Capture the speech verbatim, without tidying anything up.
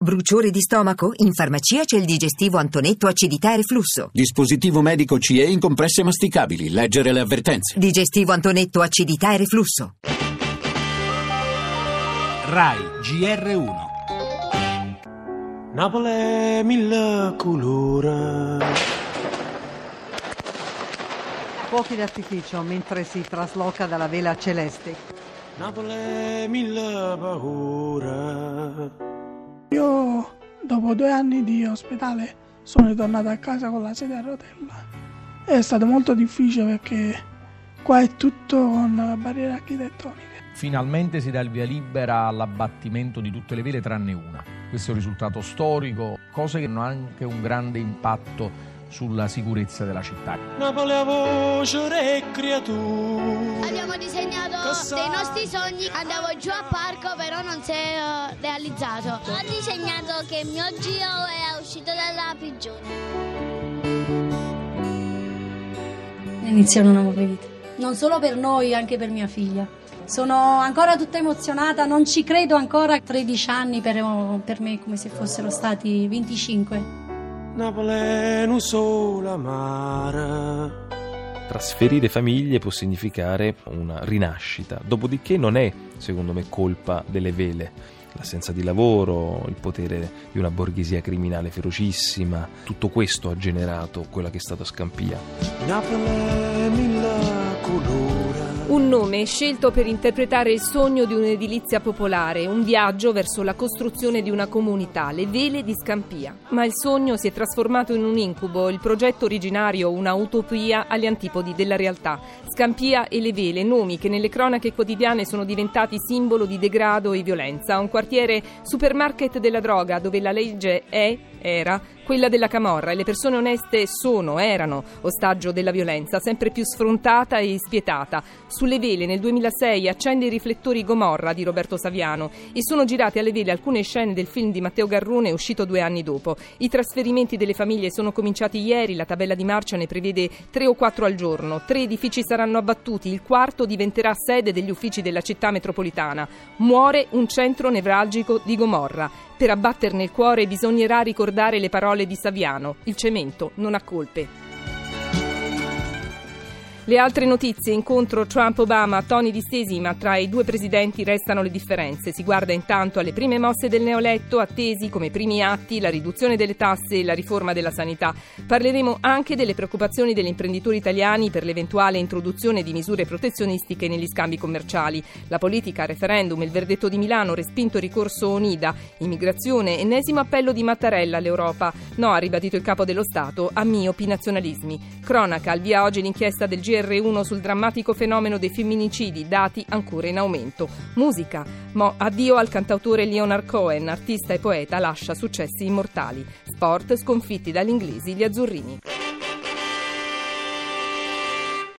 Bruciore di stomaco? In farmacia c'è il digestivo Antonetto acidità e reflusso. Dispositivo medico C E in compresse masticabili. Leggere le avvertenze. Digestivo Antonetto acidità e reflusso. Rai G R uno. Napoli mille colori. Fuochi d'artificio mentre si trasloca dalla vela celeste. Napoli mille paure. Io dopo due anni di ospedale sono ritornato a casa con la sedia a rotella. È stato molto difficile perché qua è tutto con barriere architettoniche. Finalmente si dà il via libera all'abbattimento di tutte le vele tranne una. Questo è un risultato storico, cose che hanno anche un grande impatto sulla sicurezza della città. Napoli a voce e creatura. Abbiamo disegnato Cosa? dei nostri sogni, andavo giù a parco però non si è uh, realizzato. Ho disegnato che mio zio è uscito dalla prigione. Inizia una nuova vita, non solo per noi, anche per mia figlia. Sono ancora tutta emozionata, non ci credo ancora. tredici anni per, per me come se fossero stati venticinque. Napoli non solo mare. Trasferire famiglie può significare una rinascita, dopodiché non è, secondo me, colpa delle vele. L'assenza di lavoro, il potere di una borghesia criminale ferocissima, tutto questo ha generato quella che è stata Scampia. Napoli mille colori. Un nome scelto per interpretare il sogno di un'edilizia popolare, un viaggio verso la costruzione di una comunità, le vele di Scampia. Ma il sogno si è trasformato in un incubo, il progetto originario una utopia agli antipodi della realtà. Scampia e le vele, nomi che nelle cronache quotidiane sono diventati simbolo di degrado e violenza. Un quartiere supermarket della droga dove la legge è, era, quella della camorra e le persone oneste sono, erano, ostaggio della violenza, sempre più sfrontata e spietata. Sulle vele nel duemilasei accende i riflettori Gomorra di Roberto Saviano e sono girate alle vele alcune scene del film di Matteo Garrone uscito due anni dopo. I trasferimenti delle famiglie sono cominciati ieri, la tabella di marcia ne prevede tre o quattro al giorno. Tre edifici saranno abbattuti, il quarto diventerà sede degli uffici della città metropolitana. Muore un centro nevralgico di Gomorra. Per abbatterne il cuore bisognerà ricordare le parole di Saviano: il cemento non ha colpe. Le altre notizie: incontro Trump-Obama, toni distesi, ma tra i due presidenti restano le differenze. Si guarda intanto alle prime mosse del neoletto, attesi come primi atti la riduzione delle tasse e la riforma della sanità. Parleremo anche delle preoccupazioni degli imprenditori italiani per l'eventuale introduzione di misure protezionistiche negli scambi commerciali. La politica, referendum, il verdetto di Milano, respinto il ricorso Onida, immigrazione, ennesimo appello di Mattarella all'Europa. No, ha ribadito il capo dello Stato, a miopi nazionalismi. Cronaca, al via oggi l'inchiesta del G R uno sul drammatico fenomeno dei femminicidi, dati ancora in aumento. Musica, mo addio al cantautore Leonard Cohen, artista e poeta, lascia successi immortali. Sport, sconfitti dagli inglesi gli azzurrini.